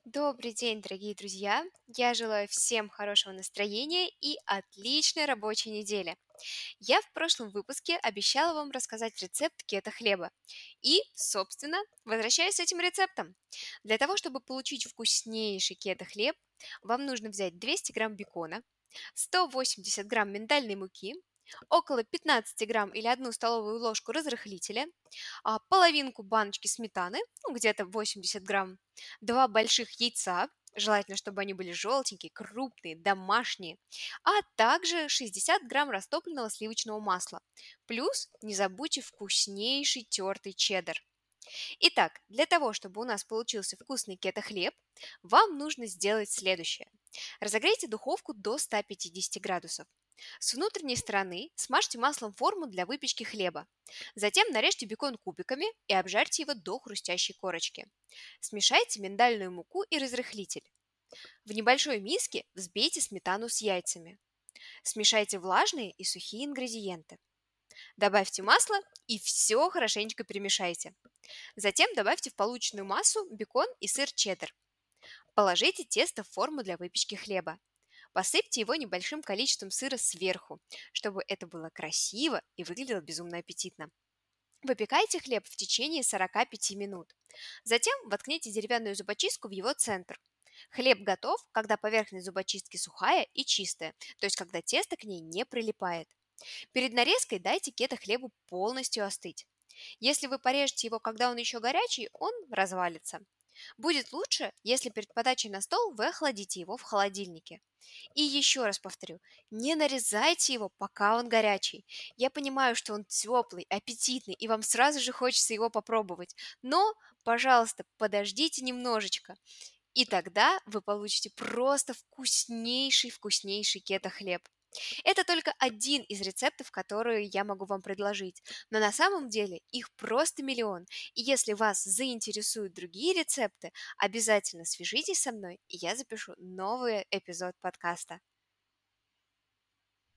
Добрый день, дорогие друзья! Я желаю всем хорошего настроения и отличной рабочей недели. Я в прошлом выпуске обещала вам рассказать рецепт кето-хлеба. И, собственно, возвращаюсь с этим рецептом. Для того, чтобы получить вкуснейший кето-хлеб, вам нужно взять 200 грамм бекона, 180 грамм миндальной муки, около 15 грамм или 1 столовую ложку разрыхлителя, половинку баночки сметаны, ну, где-то 80 грамм, 2 больших яйца, желательно, чтобы они были желтенькие, крупные, домашние, а также 60 грамм растопленного сливочного масла. Плюс не забудьте вкуснейший тертый чеддер. Итак, для того, чтобы у нас получился вкусный кето-хлеб, вам нужно сделать следующее. Разогрейте духовку до 150 градусов. С внутренней стороны смажьте маслом форму для выпечки хлеба. Затем нарежьте бекон кубиками и обжарьте его до хрустящей корочки. Смешайте миндальную муку и разрыхлитель. В небольшой миске взбейте сметану с яйцами. Смешайте влажные и сухие ингредиенты. Добавьте масло и все хорошенечко перемешайте. Затем добавьте в полученную массу бекон и сыр чеддер. Положите тесто в форму для выпечки хлеба. Посыпьте его небольшим количеством сыра сверху, чтобы это было красиво и выглядело безумно аппетитно. Выпекайте хлеб в течение 45 минут. Затем воткните деревянную зубочистку в его центр. Хлеб готов, когда поверхность зубочистки сухая и чистая, то есть когда тесто к ней не прилипает. Перед нарезкой дайте кето-хлебу полностью остыть. Если вы порежете его, когда он еще горячий, он развалится. Будет лучше, если перед подачей на стол вы охладите его в холодильнике. И еще раз повторю, не нарезайте его, пока он горячий. Я понимаю, что он теплый, аппетитный, и вам сразу же хочется его попробовать. Но, пожалуйста, подождите немножечко. И тогда вы получите просто вкуснейший кето-хлеб. Это только один из рецептов, которые я могу вам предложить, но на самом деле их просто миллион. И если вас заинтересуют другие рецепты, обязательно свяжитесь со мной, и я запишу новый эпизод подкаста.